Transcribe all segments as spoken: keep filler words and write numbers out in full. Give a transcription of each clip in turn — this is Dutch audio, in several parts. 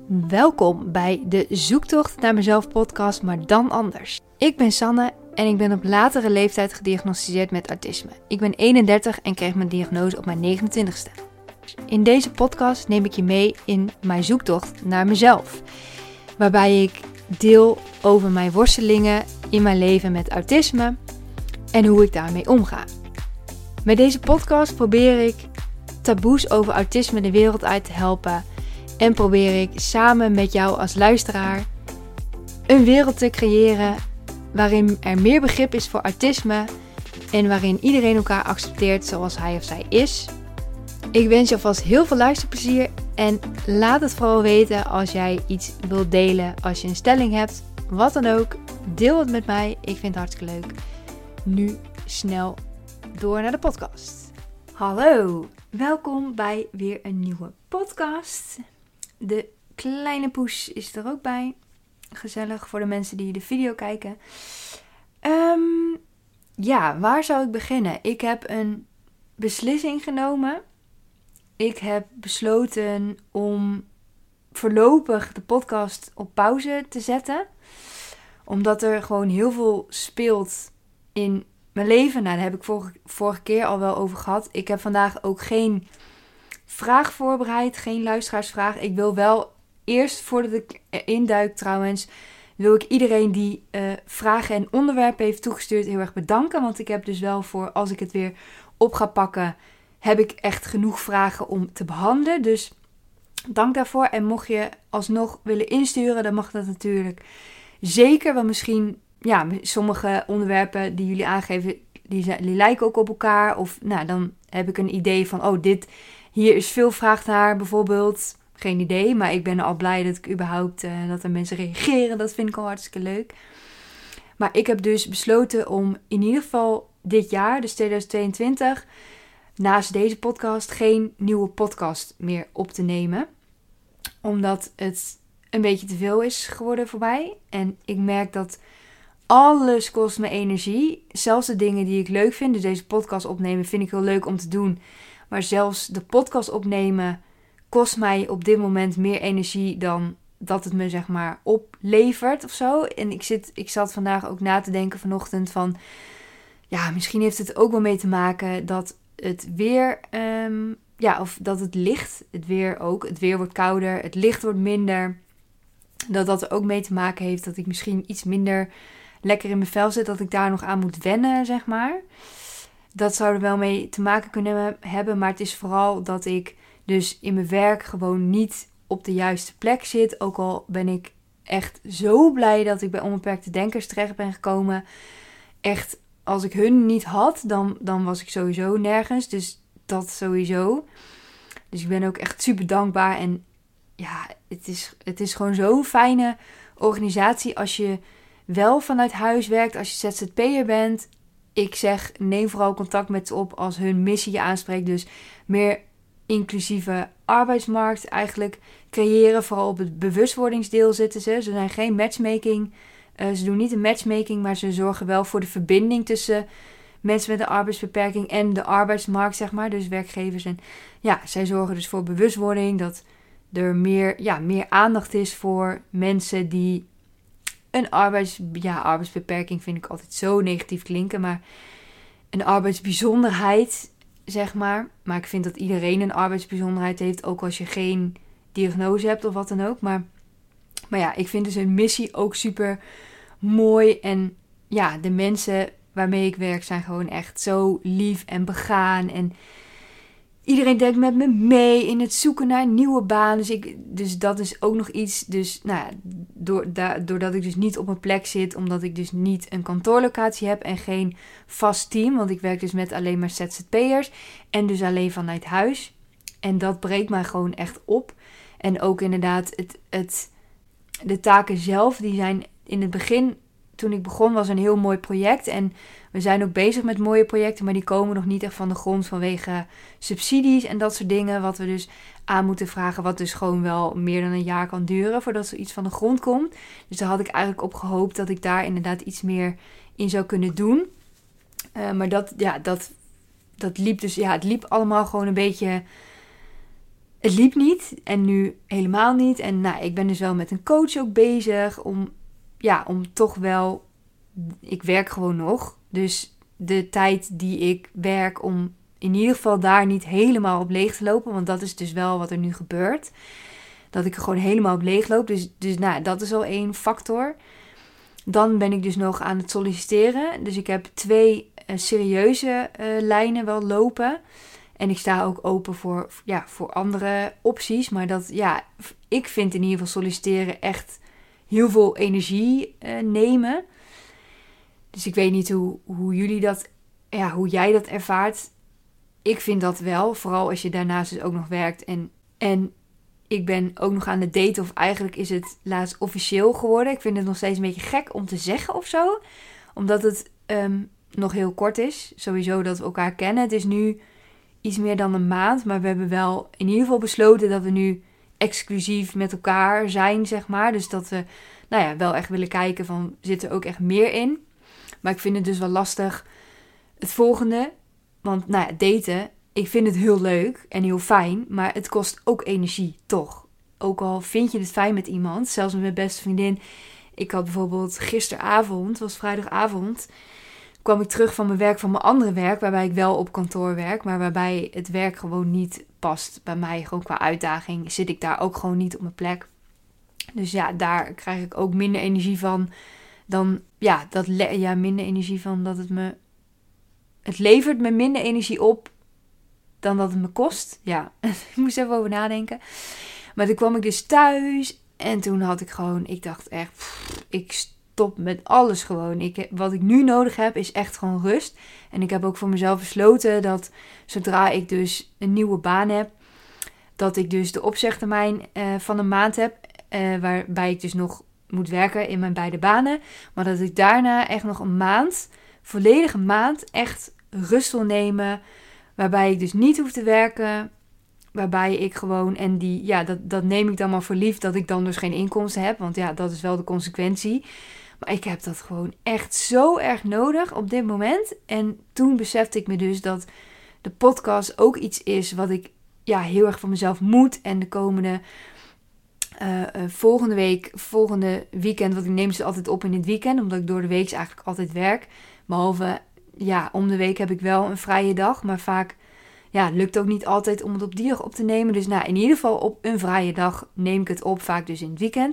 Welkom bij de Zoektocht naar mezelf podcast, maar dan anders. Ik ben Sanne en ik ben op latere leeftijd gediagnosticeerd met autisme. Ik ben eenendertig en kreeg mijn diagnose op mijn negenentwintigste. In deze podcast neem ik je mee in mijn zoektocht naar mezelf. Waarbij ik deel over mijn worstelingen in mijn leven met autisme en hoe ik daarmee omga. Met deze podcast probeer ik taboes over autisme de wereld uit te helpen. En probeer ik samen met jou als luisteraar een wereld te creëren waarin er meer begrip is voor autisme en waarin iedereen elkaar accepteert zoals hij of zij is. Ik wens je alvast heel veel luisterplezier en laat het vooral weten als jij iets wilt delen, als je een stelling hebt, wat dan ook. Deel het met mij, ik vind het hartstikke leuk. Nu snel door naar de podcast. Hallo, welkom bij weer een nieuwe podcast. De kleine poes is er ook bij. Gezellig voor de mensen die de video kijken. Um, ja, waar zou ik beginnen? Ik heb een beslissing genomen. Ik heb besloten om voorlopig de podcast op pauze te zetten. Omdat er gewoon heel veel speelt in mijn leven. Nou, daar heb ik vorige, vorige keer al wel over gehad. Ik heb vandaag ook geen vraag voorbereid, geen luisteraarsvraag. Ik wil wel eerst, voordat ik induik trouwens, wil ik iedereen die uh, vragen en onderwerpen heeft toegestuurd heel erg bedanken. Want ik heb dus wel voor, als ik het weer op ga pakken, heb ik echt genoeg vragen om te behandelen. Dus dank daarvoor. En mocht je alsnog willen insturen, dan mag dat natuurlijk zeker. Want misschien, ja, sommige onderwerpen die jullie aangeven, die, zijn, die lijken ook op elkaar. Of nou, dan heb ik een idee van, oh, dit, hier is veel vraag naar bijvoorbeeld. Geen idee, maar ik ben al blij dat ik überhaupt, uh, dat er mensen reageren. Dat vind ik al hartstikke leuk. Maar ik heb dus besloten om in ieder geval dit jaar, dus tweeduizend tweeëntwintig, naast deze podcast geen nieuwe podcast meer op te nemen. Omdat het een beetje te veel is geworden voor mij. En ik merk dat alles kost me energie. Zelfs de dingen die ik leuk vind. Dus deze podcast opnemen vind ik heel leuk om te doen. Maar zelfs de podcast opnemen kost mij op dit moment meer energie dan dat het me zeg maar oplevert of zo. En ik, zit, ik zat vandaag ook na te denken vanochtend van, ja, misschien heeft het ook wel mee te maken dat het weer, um, ja, of dat het licht, het weer ook, het weer wordt kouder, het licht wordt minder. Dat dat er ook mee te maken heeft dat ik misschien iets minder lekker in mijn vel zit, dat ik daar nog aan moet wennen, zeg maar. Dat zou er wel mee te maken kunnen hebben, maar het is vooral dat ik dus in mijn werk gewoon niet op de juiste plek zit. Ook al ben ik echt zo blij dat ik bij Onbeperkte Denkers terecht ben gekomen. Echt, als ik hun niet had, dan, dan was ik sowieso nergens. Dus dat sowieso. Dus ik ben ook echt super dankbaar. En ja, het is, het is gewoon zo'n fijne organisatie als je wel vanuit huis werkt, als je Z Z P'er bent. Ik zeg, neem vooral contact met ze op als hun missie je aanspreekt. Dus meer inclusieve arbeidsmarkt eigenlijk creëren. Vooral op het bewustwordingsdeel zitten ze. Ze zijn geen matchmaking. Uh, ze doen niet een matchmaking, maar ze zorgen wel voor de verbinding tussen mensen met een arbeidsbeperking en de arbeidsmarkt, zeg maar. Dus werkgevers. En ja, zij zorgen dus voor bewustwording. Dat er meer, ja, meer aandacht is voor mensen die een arbeids, ja, arbeidsbeperking vind ik altijd zo negatief klinken. Maar een arbeidsbijzonderheid, zeg maar. Maar ik vind dat iedereen een arbeidsbijzonderheid heeft. Ook als je geen diagnose hebt of wat dan ook. Maar, maar ja, ik vind dus hun missie ook super mooi. En ja, de mensen waarmee ik werk zijn gewoon echt zo lief en begaan. En iedereen denkt met me mee in het zoeken naar een nieuwe baan. Dus, ik, dus dat is ook nog iets. Dus nou ja, door, da, doordat ik dus niet op mijn plek zit. Omdat ik dus niet een kantoorlocatie heb en geen vast team. Want ik werk dus met alleen maar Z Z P'ers. En dus alleen vanuit huis. En dat breekt mij gewoon echt op. En ook inderdaad het, het, de taken zelf. Die zijn in het begin, toen ik begon, was een heel mooi project. En we zijn ook bezig met mooie projecten, maar die komen nog niet echt van de grond vanwege subsidies en dat soort dingen. Wat we dus aan moeten vragen, wat dus gewoon wel meer dan een jaar kan duren voordat zoiets van de grond komt. Dus daar had ik eigenlijk op gehoopt dat ik daar inderdaad iets meer in zou kunnen doen. Uh, maar dat, ja, dat, dat liep dus, ja, het liep allemaal gewoon een beetje het liep niet en nu helemaal niet. En nou, ik ben dus wel met een coach ook bezig om, ja, om toch wel, ik werk gewoon nog. Dus de tijd die ik werk om in ieder geval daar niet helemaal op leeg te lopen. Want dat is dus wel wat er nu gebeurt. Dat ik er gewoon helemaal op leeg loop. Dus, dus nou, dat is al één factor. Dan ben ik dus nog aan het solliciteren. Dus ik heb twee uh, serieuze uh, lijnen wel lopen. En ik sta ook open voor, ja, voor andere opties. Maar dat, ja, ik vind in ieder geval solliciteren echt heel veel energie uh, nemen. Dus ik weet niet hoe, hoe jullie dat, ja, hoe jij dat ervaart. Ik vind dat wel, vooral als je daarnaast dus ook nog werkt. En, en ik ben ook nog aan het daten, of eigenlijk is het laatst officieel geworden. Ik vind het nog steeds een beetje gek om te zeggen of zo. Omdat het um, nog heel kort is. Sowieso dat we elkaar kennen. Het is nu iets meer dan een maand. Maar we hebben wel in ieder geval besloten dat we nu exclusief met elkaar zijn, zeg maar. Dus dat we, nou ja, wel echt willen kijken van, zit er ook echt meer in? Maar ik vind het dus wel lastig. Het volgende, want nou ja, daten, ik vind het heel leuk en heel fijn, maar het kost ook energie, toch? Ook al vind je het fijn met iemand, zelfs met mijn beste vriendin. Ik had bijvoorbeeld gisteravond, het was vrijdagavond, kwam ik terug van mijn werk, van mijn andere werk, waarbij ik wel op kantoor werk, maar waarbij het werk gewoon niet past bij mij. Gewoon qua uitdaging zit ik daar ook gewoon niet op mijn plek. Dus ja, daar krijg ik ook minder energie van dan, ja, dat le- ja, minder energie van dat het me, het levert me minder energie op dan dat het me kost. Ja, ik moest even over nadenken. Maar toen kwam ik dus thuis en toen had ik gewoon, ik dacht echt, pff, ik stop met alles gewoon. Ik, wat ik nu nodig heb is echt gewoon rust. En ik heb ook voor mezelf besloten dat zodra ik dus een nieuwe baan heb, dat ik dus de opzegtermijn uh, van een maand heb, uh, waarbij ik dus nog moet werken in mijn beide banen. Maar dat ik daarna echt nog een maand, volledige maand, echt rust wil nemen. Waarbij ik dus niet hoef te werken. Waarbij ik gewoon, en die, ja, dat, dat neem ik dan maar voor lief, dat ik dan dus geen inkomsten heb. Want ja, dat is wel de consequentie. Maar ik heb dat gewoon echt zo erg nodig op dit moment. En toen besefte ik me dus dat de podcast ook iets is wat ik, ja, heel erg van mezelf moet. En de komende uh, uh, volgende week, volgende weekend, want ik neem ze altijd op in het weekend, omdat ik door de week eigenlijk altijd werk. Behalve, ja, om de week heb ik wel een vrije dag, maar vaak, ja, lukt ook niet altijd om het op die dag op te nemen. Dus nou, in ieder geval op een vrije dag neem ik het op, vaak dus in het weekend.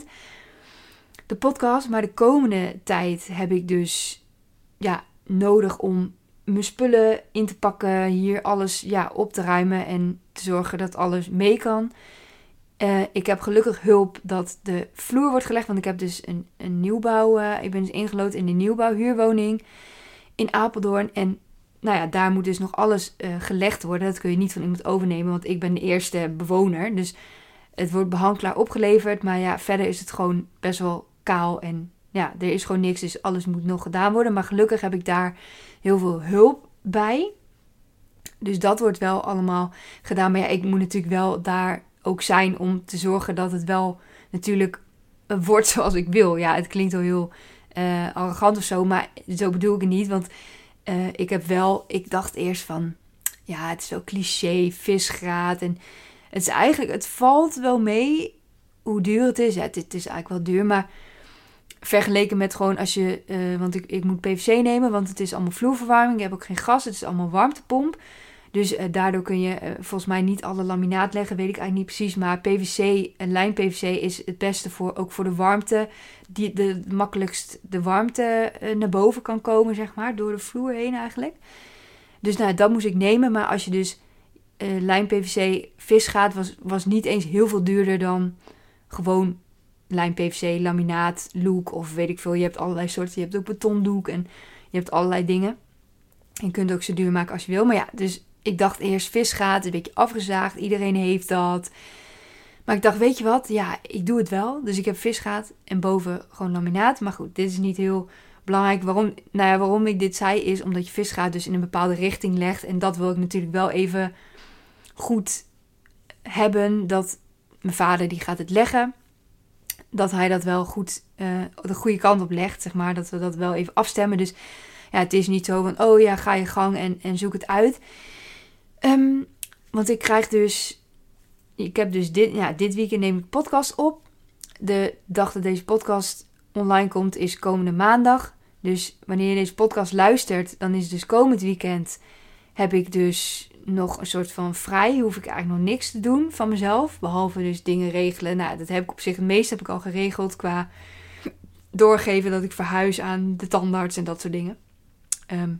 De podcast, maar de komende tijd heb ik dus, ja, nodig om mijn spullen in te pakken, hier alles, ja, op te ruimen en te zorgen dat alles mee kan. Uh, ik heb gelukkig hulp dat de vloer wordt gelegd, want ik heb dus een, een nieuwbouw, uh, ik ben dus ingelood in de nieuwbouwhuurwoning in Apeldoorn. En nou ja, daar moet dus nog alles uh, gelegd worden. Dat kun je niet van iemand overnemen, want ik ben de eerste bewoner. Dus het wordt behandklaar opgeleverd, maar ja, verder is het gewoon best wel kaal en ja, er is gewoon niks, dus alles moet nog gedaan worden. Maar gelukkig heb ik daar heel veel hulp bij. Dus dat wordt wel allemaal gedaan. Maar ja, ik moet natuurlijk wel daar ook zijn om te zorgen dat het wel natuurlijk wordt zoals ik wil. Ja, het klinkt wel heel uh, arrogant of zo, maar zo bedoel ik het niet. Want uh, ik heb wel, ik dacht eerst van, ja, het is wel cliché, visgraat. En het is eigenlijk, het valt wel mee hoe duur het is. Ja, het, het is eigenlijk wel duur, maar vergeleken met gewoon als je, uh, want ik, ik moet P V C nemen, want het is allemaal vloerverwarming. Ik heb ook geen gas, het is allemaal warmtepomp. Dus uh, daardoor kun je uh, volgens mij niet alle laminaat leggen, weet ik eigenlijk niet precies. Maar P V C en lijn P V C is het beste voor, ook voor de warmte. Die de makkelijkst de warmte uh, naar boven kan komen, zeg maar, door de vloer heen eigenlijk. Dus nou, dat moest ik nemen. Maar als je dus uh, lijn P V C visgaat, was, was niet eens heel veel duurder dan gewoon lijn P V C, laminaat, look of weet ik veel. Je hebt allerlei soorten. Je hebt ook betondoek en je hebt allerlei dingen. En je kunt het ook zo duur maken als je wil. Maar ja, dus ik dacht eerst visgaat, een beetje afgezaagd. Iedereen heeft dat. Maar ik dacht, weet je wat? Ja, ik doe het wel. Dus ik heb visgaat en boven gewoon laminaat. Maar goed, dit is niet heel belangrijk. Waarom, nou ja, waarom ik dit zei is omdat je visgaat dus in een bepaalde richting legt. En dat wil ik natuurlijk wel even goed hebben. Dat mijn vader die gaat het leggen. Dat hij dat wel goed uh, de goede kant op legt, zeg maar. Dat we dat wel even afstemmen. Dus ja, het is niet zo van, oh ja, ga je gang en, en zoek het uit. Um, want ik krijg dus ik heb dus dit, ja, dit weekend neem ik podcast op. De dag dat deze podcast online komt is komende maandag. Dus wanneer je deze podcast luistert, dan is het dus komend weekend heb ik dus nog een soort van vrij. Hoef ik eigenlijk nog niks te doen van mezelf. Behalve dus dingen regelen. Nou, dat heb ik op zich het meeste heb ik al geregeld qua doorgeven dat ik verhuis aan de tandarts en dat soort dingen. Um,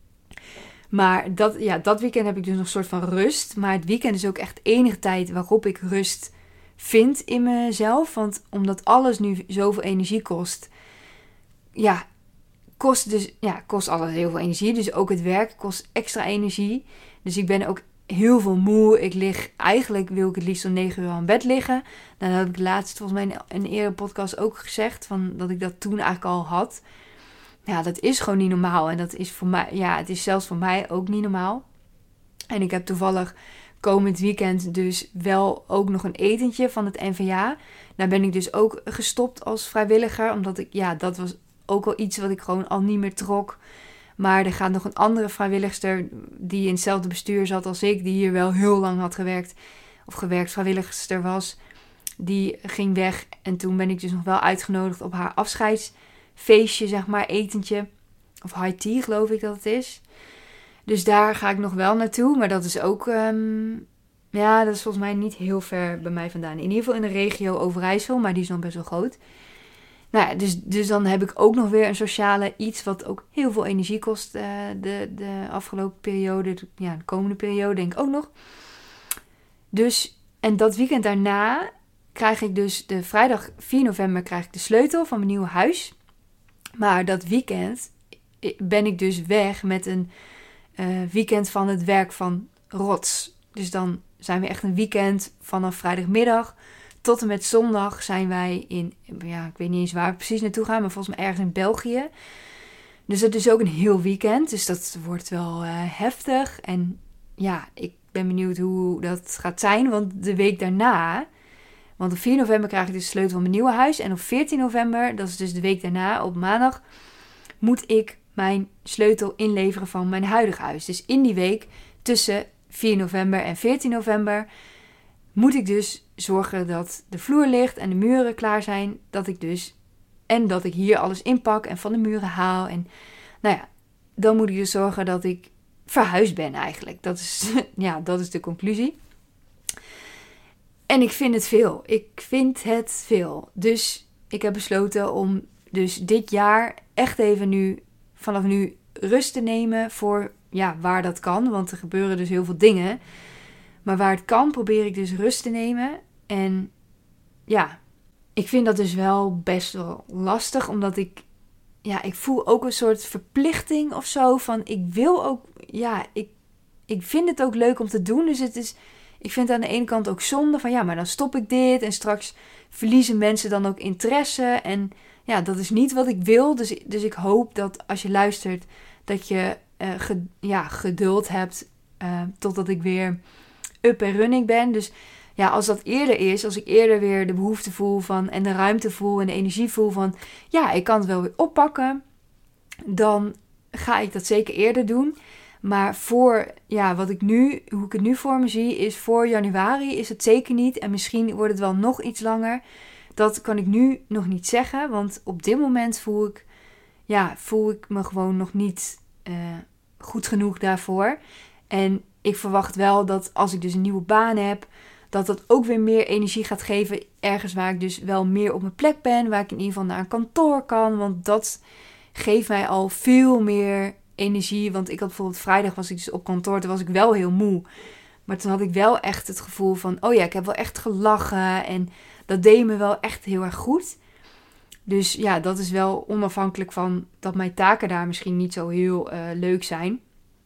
maar dat, ja, dat weekend heb ik dus nog een soort van rust. Maar het weekend is ook echt enige tijd waarop ik rust vind in mezelf. Want omdat alles nu zoveel energie kost. Ja, kost dus ja, kost alles heel veel energie. Dus ook het werk kost extra energie. Dus ik ben ook heel veel moe. Ik lig, eigenlijk wil ik het liefst om negen uur aan bed liggen. Nou, dat heb ik laatst volgens mij in een eerdere podcast ook gezegd. Van, dat ik dat toen eigenlijk al had. Ja, dat is gewoon niet normaal. En dat is voor mij, ja, het is zelfs voor mij ook niet normaal. En ik heb toevallig komend weekend dus wel ook nog een etentje van het N V A. Daar ben ik dus ook gestopt als vrijwilliger. Omdat ik, ja, dat was ook al iets wat ik gewoon al niet meer trok. Maar er gaat nog een andere vrijwilligster die in hetzelfde bestuur zat als ik. Die hier wel heel lang had gewerkt. Of gewerkt vrijwilligster was. Die ging weg. En toen ben ik dus nog wel uitgenodigd op haar afscheidsfeestje, zeg maar, etentje. Of high tea geloof ik dat het is. Dus daar ga ik nog wel naartoe. Maar dat is ook, um, ja, dat is volgens mij niet heel ver bij mij vandaan. In ieder geval in de regio Overijssel. Maar die is nog best wel groot. Nou ja, dus, dus dan heb ik ook nog weer een sociale iets wat ook heel veel energie kost uh, de, de afgelopen periode. De, ja, de komende periode denk ik ook nog. Dus, en dat weekend daarna krijg ik dus de vrijdag vier november krijg ik de sleutel van mijn nieuwe huis. Maar dat weekend ben ik dus weg met een uh, weekend van het werk van Rots. Dus dan zijn we echt een weekend vanaf vrijdagmiddag tot en met zondag zijn wij in, ja, ik weet niet eens waar we precies naartoe gaan, maar volgens mij ergens in België. Dus dat is ook een heel weekend, dus dat wordt wel uh, heftig. En ja, ik ben benieuwd hoe dat gaat zijn, want de week daarna, want op vier november krijg ik dus de sleutel van mijn nieuwe huis. En op veertien november, dat is dus de week daarna, op maandag, moet ik mijn sleutel inleveren van mijn huidige huis. Dus in die week tussen vier november en veertien november moet ik dus zorgen dat de vloer ligt en de muren klaar zijn. Dat ik dus, en dat ik hier alles inpak en van de muren haal. En nou ja, dan moet ik dus zorgen dat ik verhuisd ben eigenlijk. Dat is, ja, dat is de conclusie. En ik vind het veel. Ik vind het veel. Dus ik heb besloten om dus dit jaar echt even nu, vanaf nu rust te nemen voor, ja, waar dat kan. Want er gebeuren dus heel veel dingen. Maar waar het kan, probeer ik dus rust te nemen. En ja, ik vind dat dus wel best wel lastig. Omdat ik, ja, ik voel ook een soort verplichting of zo. Van ik wil ook, ja, ik, ik vind het ook leuk om te doen. Dus het is, ik vind het aan de ene kant ook zonde van ja, maar dan stop ik dit. En straks verliezen mensen dan ook interesse. En ja, dat is niet wat ik wil. Dus, dus ik hoop dat als je luistert, dat je uh, ge, ja, geduld hebt uh, totdat ik weer up en running ben. Dus ja, als dat eerder is, als ik eerder weer de behoefte voel van en de ruimte voel en de energie voel van ja, ik kan het wel weer oppakken, dan ga ik dat zeker eerder doen. Maar voor, ja, wat ik nu, hoe ik het nu voor me zie, is voor januari is het zeker niet. En misschien wordt het wel nog iets langer. Dat kan ik nu nog niet zeggen, want op dit moment voel ik, ja, voel ik me gewoon nog niet uh, goed genoeg daarvoor. En ik verwacht wel dat als ik dus een nieuwe baan heb, dat dat ook weer meer energie gaat geven. Ergens waar ik dus wel meer op mijn plek ben. Waar ik in ieder geval naar een kantoor kan. Want dat geeft mij al veel meer energie. Want ik had bijvoorbeeld vrijdag was ik dus op kantoor. Toen was ik wel heel moe. Maar toen had ik wel echt het gevoel van, oh ja, ik heb wel echt gelachen. En dat deed me wel echt heel erg goed. Dus ja, dat is wel onafhankelijk van dat mijn taken daar misschien niet zo heel uh, leuk zijn.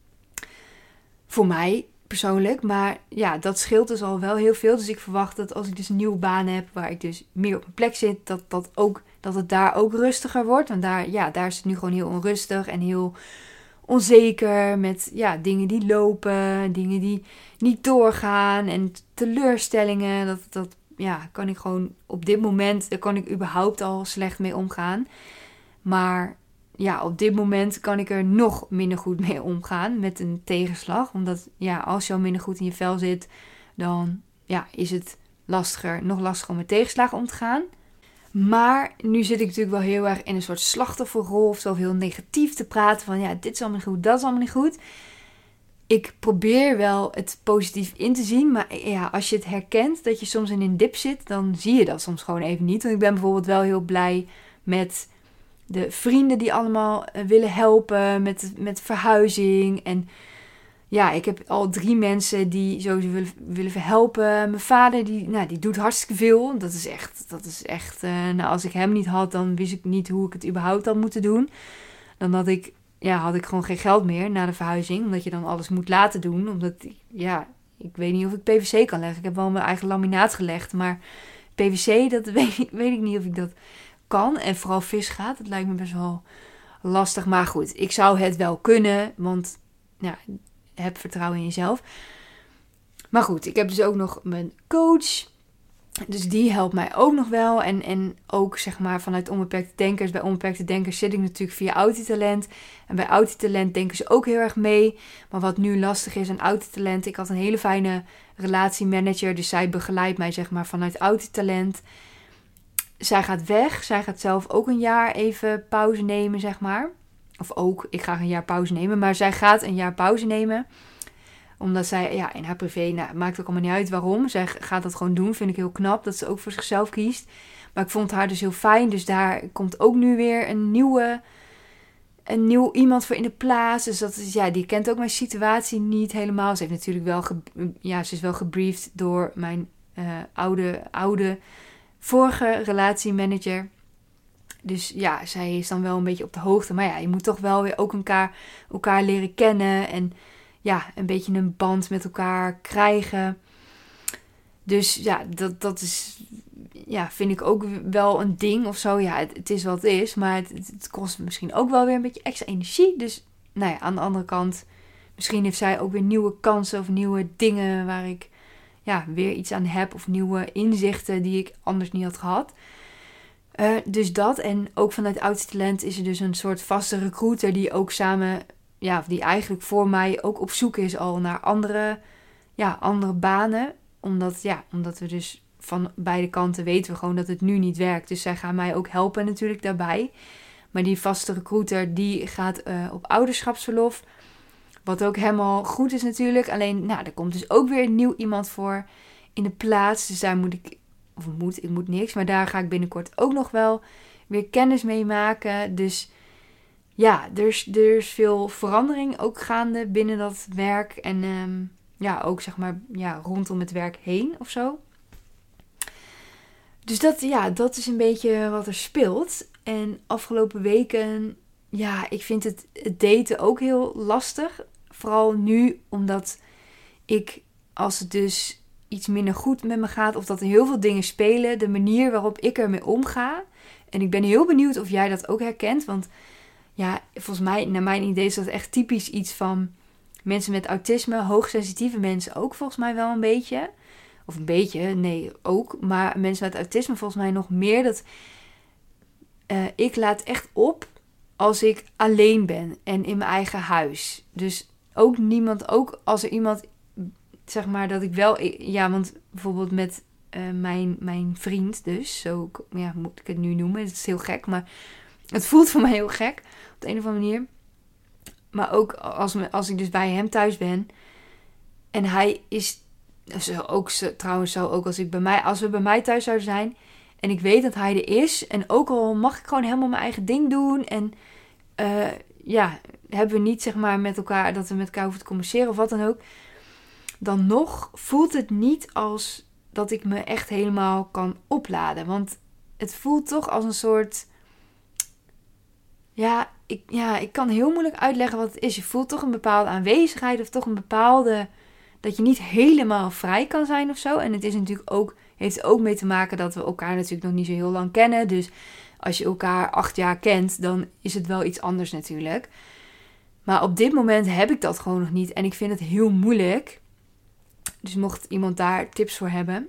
Voor mij persoonlijk. Maar ja, dat scheelt dus al wel heel veel. Dus ik verwacht dat als ik dus een nieuwe baan heb, waar ik dus meer op mijn plek zit, dat, dat, ook, dat het daar ook rustiger wordt. Want daar, ja, daar is het nu gewoon heel onrustig en heel onzeker met ja, dingen die lopen, dingen die niet doorgaan en teleurstellingen. Dat, dat ja, kan ik gewoon op dit moment, daar kan ik überhaupt al slecht mee omgaan. Maar ja, op dit moment kan ik er nog minder goed mee omgaan met een tegenslag. Omdat ja, als je al minder goed in je vel zit, dan ja, is het lastiger, nog lastiger om met tegenslagen om te gaan. Maar nu zit ik natuurlijk wel heel erg in een soort slachtofferrol of zo heel negatief te praten van ja, dit is allemaal niet goed, dat is allemaal niet goed. Ik probeer wel het positief in te zien, maar ja, als je het herkent dat je soms in een dip zit, dan zie je dat soms gewoon even niet. Want ik ben bijvoorbeeld wel heel blij met de vrienden die allemaal willen helpen met, met verhuizing. En ja, ik heb al drie mensen die sowieso willen, willen verhelpen. Mijn vader, die, nou, die doet hartstikke veel. Dat is echt, dat is echt uh, nou, als ik hem niet had, dan wist ik niet hoe ik het überhaupt had moeten doen. Dan had ik, ja, had ik gewoon geen geld meer na de verhuizing. Omdat je dan alles moet laten doen. Omdat, ja, ik weet niet of ik P V C kan leggen. Ik heb wel mijn eigen laminaat gelegd. Maar P V C, dat weet ik, weet ik niet of ik dat kan. En vooral visgaat, dat lijkt me best wel lastig. Maar goed, ik zou het wel kunnen. Want, ja, heb vertrouwen in jezelf. Maar goed, ik heb dus ook nog mijn coach. Dus die helpt mij ook nog wel. En, en ook zeg maar vanuit Onbeperkte Denkers. Bij Onbeperkte Denkers zit ik natuurlijk via Autitalent. En bij Autitalent denken ze ook heel erg mee. Maar wat nu lastig is aan Autitalent. Ik had een hele fijne relatiemanager. Dus zij begeleidt mij zeg maar vanuit Autitalent. Zij gaat weg. Zij gaat zelf ook een jaar even pauze nemen zeg maar. Of ook, ik ga een jaar pauze nemen. Maar zij gaat een jaar pauze nemen. Omdat zij, ja, in haar privé, nou, maakt ook allemaal niet uit waarom. Zij gaat dat gewoon doen. Vind ik heel knap dat ze ook voor zichzelf kiest. Maar ik vond haar dus heel fijn. Dus daar komt ook nu weer een nieuwe, een nieuw iemand voor in de plaats. Dus dat is, ja, die kent ook mijn situatie niet helemaal. Ze heeft natuurlijk wel, ge, ja, ze is wel gebriefd door mijn uh, oude, oude, vorige relatiemanager. Dus ja, zij is dan wel een beetje op de hoogte. Maar ja, je moet toch wel weer ook elkaar, elkaar leren kennen. En ja, een beetje een band met elkaar krijgen. Dus ja, dat, dat is, ja, vind ik ook wel een ding of zo. Ja, het, het is wat het is. Maar het, het kost misschien ook wel weer een beetje extra energie. Dus nou ja, aan de andere kant, misschien heeft zij ook weer nieuwe kansen of nieuwe dingen waar ik ja, weer iets aan heb. Of nieuwe inzichten die ik anders niet had gehad. Uh, dus dat. En ook vanuit Autitalent is er dus een soort vaste recruiter die ook samen, ja, of die eigenlijk voor mij ook op zoek is al naar andere, ja, andere banen. Omdat, ja, omdat we dus van beide kanten weten we gewoon dat het nu niet werkt. Dus zij gaan mij ook helpen natuurlijk daarbij. Maar die vaste recruiter die gaat uh, op ouderschapsverlof. Wat ook helemaal goed is natuurlijk. Alleen, nou, er komt dus ook weer een nieuw iemand voor in de plaats. Dus daar moet ik, of moet, ik moet niks. Maar daar ga ik binnenkort ook nog wel weer kennis mee maken. Dus ja, er is, er is veel verandering ook gaande binnen dat werk. En um, ja, ook zeg maar ja, rondom het werk heen of zo. Dus dat, ja, dat is een beetje wat er speelt. En afgelopen weken, ja, ik vind het, het daten ook heel lastig. Vooral nu, omdat ik, als het dus iets minder goed met me gaat, of dat er heel veel dingen spelen, de manier waarop ik ermee omga. En ik ben heel benieuwd of jij dat ook herkent. Want ja, volgens mij, naar mijn idee, is dat echt typisch iets van mensen met autisme, hoogsensitieve mensen ook volgens mij wel een beetje. Of een beetje, nee, ook. Maar mensen met autisme volgens mij nog meer. Dat uh, ik laat echt op als ik alleen ben en in mijn eigen huis. Dus ook niemand, ook als er iemand, zeg maar, dat ik wel, ja, want bijvoorbeeld met uh, mijn, mijn vriend dus, zo ja, moet ik het nu noemen. Het is heel gek, maar het voelt voor mij heel gek op de een of andere manier. Maar ook als, als ik dus bij hem thuis ben en hij is zo, ook trouwens zo, ook als ik bij mij, als we bij mij thuis zouden zijn en ik weet dat hij er is en ook al mag ik gewoon helemaal mijn eigen ding doen en uh, ja, hebben we niet zeg maar met elkaar dat we met elkaar hoeven te communiceren of wat dan ook, dan nog voelt het niet als dat ik me echt helemaal kan opladen, want het voelt toch als een soort, ja, ik, ja, ik kan heel moeilijk uitleggen wat het is. Je voelt toch een bepaalde aanwezigheid of toch een bepaalde, dat je niet helemaal vrij kan zijn of zo. En het is natuurlijk ook, heeft er ook mee te maken dat we elkaar natuurlijk nog niet zo heel lang kennen. Dus als je elkaar acht jaar kent, dan is het wel iets anders natuurlijk. Maar op dit moment heb ik dat gewoon nog niet. En ik vind het heel moeilijk. Dus mocht iemand daar tips voor hebben.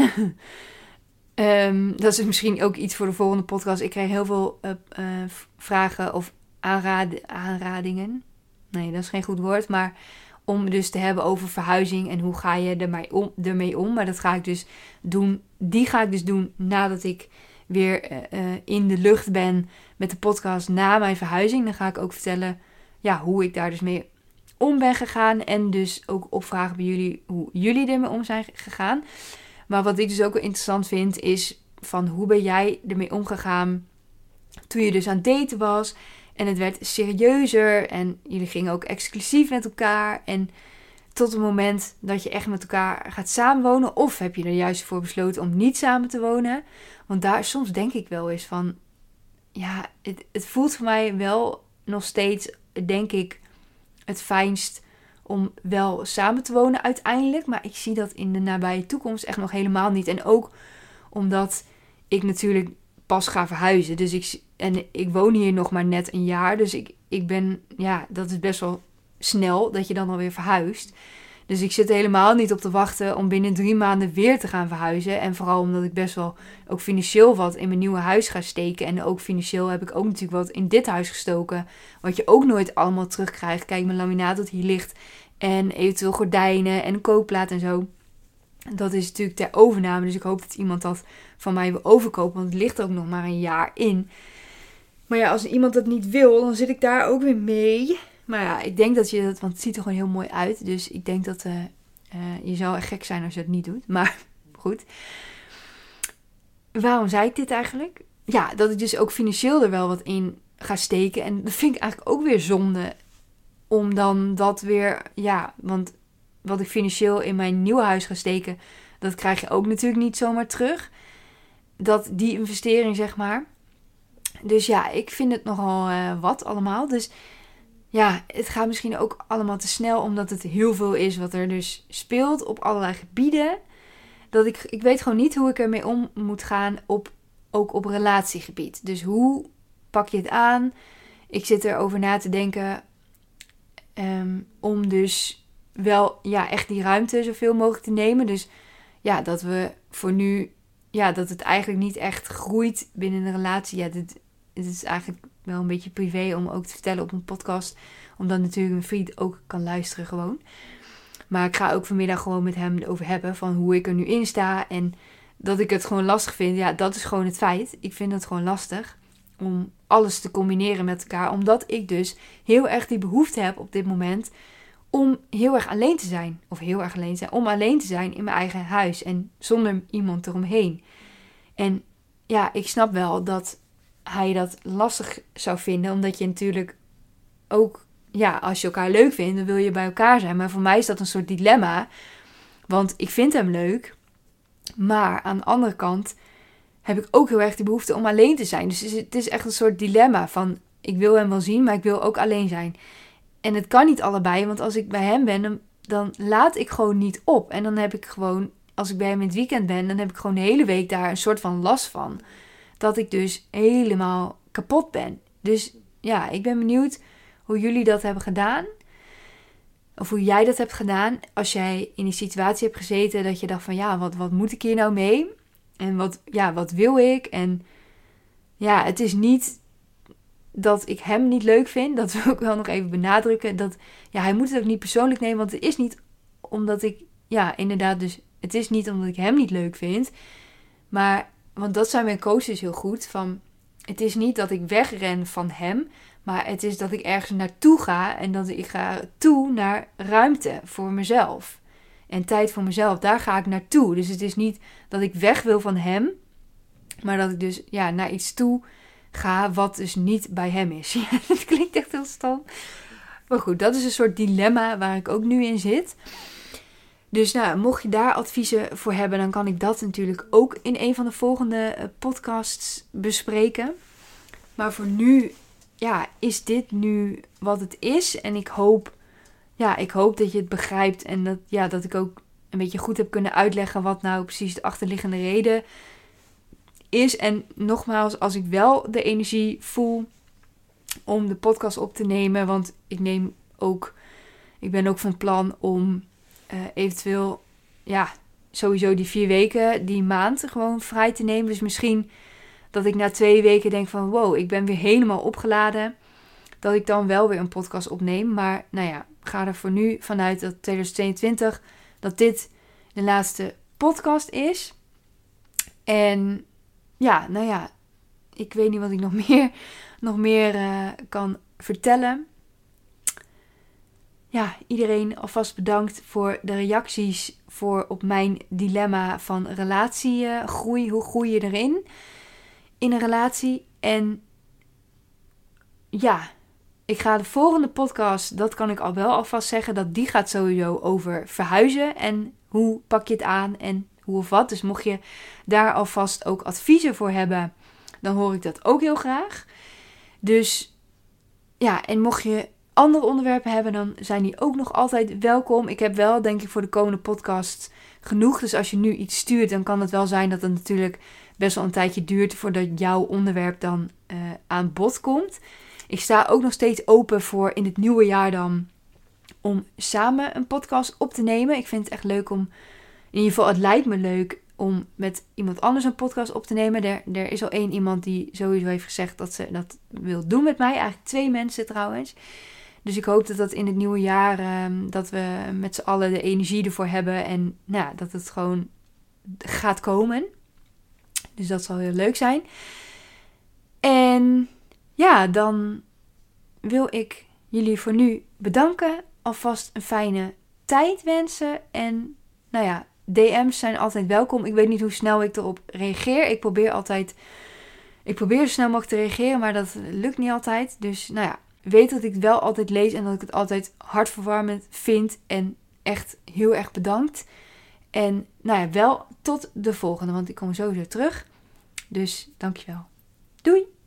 um, dat is misschien ook iets voor de volgende podcast. Ik kreeg heel veel uh, uh, vragen of aanraad, aanradingen. Nee, dat is geen goed woord. Maar Om dus te hebben over verhuizing en hoe ga je ermee om, ermee om. Maar dat ga ik dus doen. Die ga ik dus doen nadat ik weer uh, uh, in de lucht ben met de podcast na mijn verhuizing. Dan ga ik ook vertellen ja, hoe ik daar dus mee om ben gegaan. En dus ook opvragen bij jullie hoe jullie ermee om zijn gegaan. Maar wat ik dus ook wel interessant vind is van hoe ben jij ermee omgegaan toen je dus aan het daten was. En het werd serieuzer en jullie gingen ook exclusief met elkaar. En tot het moment dat je echt met elkaar gaat samenwonen. Of heb je er juist voor besloten om niet samen te wonen. Want daar soms denk ik wel eens van, ja, het, het voelt voor mij wel nog steeds, denk ik, het fijnst om wel samen te wonen uiteindelijk. Maar ik zie dat in de nabije toekomst echt nog helemaal niet. En ook omdat ik natuurlijk pas ga verhuizen. Dus ik, en ik woon hier nog maar net een jaar. Dus ik, ik ben, ja, dat is best wel snel dat je dan alweer verhuist. Dus ik zit er helemaal niet op te wachten om binnen drie maanden weer te gaan verhuizen. En vooral omdat ik best wel ook financieel wat in mijn nieuwe huis ga steken. En ook financieel heb ik ook natuurlijk wat in dit huis gestoken. Wat je ook nooit allemaal terugkrijgt. Kijk, mijn laminaat dat hier ligt. En eventueel gordijnen en een kookplaat en zo. Dat is natuurlijk ter overname. Dus ik hoop dat iemand dat van mij wil overkopen. Want het ligt er ook nog maar een jaar in. Maar ja, als iemand dat niet wil, dan zit ik daar ook weer mee. Maar ja, ik denk dat je dat... Want het ziet er gewoon heel mooi uit. Dus ik denk dat uh, uh, je zou echt gek zijn als je het niet doet. Maar goed. Waarom zei ik dit eigenlijk? Ja, dat ik dus ook financieel er wel wat in ga steken. En dat vind ik eigenlijk ook weer zonde. Om dan dat weer... Ja, want wat ik financieel in mijn nieuwe huis ga steken... Dat krijg je ook natuurlijk niet zomaar terug. Dat, die investering, zeg maar. Dus ja, ik vind het nogal uh, wat allemaal. Dus ja, het gaat misschien ook allemaal te snel. Omdat het heel veel is wat er dus speelt op allerlei gebieden. Dat ik, ik weet gewoon niet hoe ik ermee om moet gaan. Op, ook op relatiegebied. Dus hoe pak je het aan? Ik zit erover na te denken. Um, om dus wel ja, echt die ruimte zoveel mogelijk te nemen. Dus ja, dat we voor nu... Ja, dat het eigenlijk niet echt groeit binnen een relatie. Ja, dit, dit is eigenlijk wel een beetje privé om ook te vertellen op een podcast. Omdat natuurlijk mijn vriend ook kan luisteren gewoon. Maar ik ga ook vanmiddag gewoon met hem over hebben. Van hoe ik er nu in sta. En dat ik het gewoon lastig vind. Ja, dat is gewoon het feit. Ik vind het gewoon lastig. Om alles te combineren met elkaar. Omdat ik dus heel erg die behoefte heb op dit moment. Om heel erg alleen te zijn. Of heel erg alleen te zijn. Om alleen te zijn in mijn eigen huis. En zonder iemand eromheen. En ja, ik snap wel dat hij dat lastig zou vinden. Omdat je natuurlijk ook... Ja, als je elkaar leuk vindt, dan wil je bij elkaar zijn. Maar voor mij is dat een soort dilemma. Want ik vind hem leuk. Maar aan de andere kant heb ik ook heel erg die behoefte om alleen te zijn. Dus het is echt een soort dilemma van... Ik wil hem wel zien, maar ik wil ook alleen zijn. En het kan niet allebei, want als ik bij hem ben, dan, dan laat ik gewoon niet op. En dan heb ik gewoon, als ik bij hem in het weekend ben, dan heb ik gewoon de hele week daar een soort van last van. Dat ik dus helemaal kapot ben. Dus ja, ik ben benieuwd hoe jullie dat hebben gedaan. Of hoe jij dat hebt gedaan. Als jij in die situatie hebt gezeten dat je dacht van ja, wat, wat moet ik hier nou mee? En wat, ja, wat wil ik? En ja, het is niet... dat ik hem niet leuk vind. Dat wil ik wel nog even benadrukken. Dat, ja, hij moet het ook niet persoonlijk nemen. Want het is niet omdat ik... Ja, inderdaad, dus... Het is niet omdat ik hem niet leuk vind. Maar... Want dat zijn mijn coaches heel goed. Van... Het is niet dat ik wegren van hem. Maar het is dat ik ergens naartoe ga. En dat ik ga toe naar ruimte voor mezelf. En tijd voor mezelf. Daar ga ik naartoe. Dus het is niet dat ik weg wil van hem. Maar dat ik dus ja, naar iets toe... ga wat dus niet bij hem is. Ja, dat klinkt echt heel stom. Maar goed, dat is een soort dilemma waar ik ook nu in zit. Dus nou, mocht je daar adviezen voor hebben, dan kan ik dat natuurlijk ook in een van de volgende podcasts bespreken. Maar voor nu, ja, is dit nu wat het is. En ik hoop, ja, ik hoop dat je het begrijpt. En dat, ja, dat ik ook een beetje goed heb kunnen uitleggen wat nou precies de achterliggende reden is. En nogmaals, als ik wel de energie voel om de podcast op te nemen, want ik neem ook, ik ben ook van plan om uh, eventueel, ja, sowieso die vier weken, die maand gewoon vrij te nemen. Dus misschien dat ik na twee weken denk van wow, ik ben weer helemaal opgeladen. Dat ik dan wel weer een podcast opneem. Maar nou ja, ga er voor nu vanuit dat twintig tweeëntwintig, dat dit de laatste podcast is. En ja, nou ja, ik weet niet wat ik nog meer, nog meer uh, kan vertellen. Ja, iedereen alvast bedankt voor de reacties voor op mijn dilemma van relatiegroei. Hoe groei je erin in een relatie? En ja, ik ga de volgende podcast, dat kan ik al wel alvast zeggen, dat die gaat sowieso over verhuizen en hoe pak je het aan en hoe of wat. Dus mocht je daar alvast ook adviezen voor hebben, dan hoor ik dat ook heel graag. Dus ja, en mocht je andere onderwerpen hebben, dan zijn die ook nog altijd welkom. Ik heb wel, denk ik, voor de komende podcast genoeg. Dus als je nu iets stuurt, dan kan het wel zijn dat het natuurlijk best wel een tijdje duurt voordat jouw onderwerp dan uh, aan bod komt. Ik sta ook nog steeds open voor in het nieuwe jaar dan om samen een podcast op te nemen. Ik vind het echt leuk om, in ieder geval het lijkt me leuk om met iemand anders een podcast op te nemen. Er, er is al één iemand die sowieso heeft gezegd dat ze dat wil doen met mij. Eigenlijk twee mensen trouwens. Dus ik hoop dat dat in het nieuwe jaar, um, dat we met z'n allen de energie ervoor hebben. En nou ja, dat het gewoon gaat komen. Dus dat zal heel leuk zijn. En ja, dan wil ik jullie voor nu bedanken. Alvast een fijne tijd wensen. En nou ja, D M's zijn altijd welkom. Ik weet niet hoe snel ik erop reageer. Ik probeer altijd, ik probeer zo snel mogelijk te reageren, maar dat lukt niet altijd. Dus nou ja, weet dat ik het wel altijd lees en dat ik het altijd hartverwarmend vind. En echt heel erg bedankt. En nou ja, wel tot de volgende, want ik kom sowieso terug. Dus dankjewel. Doei!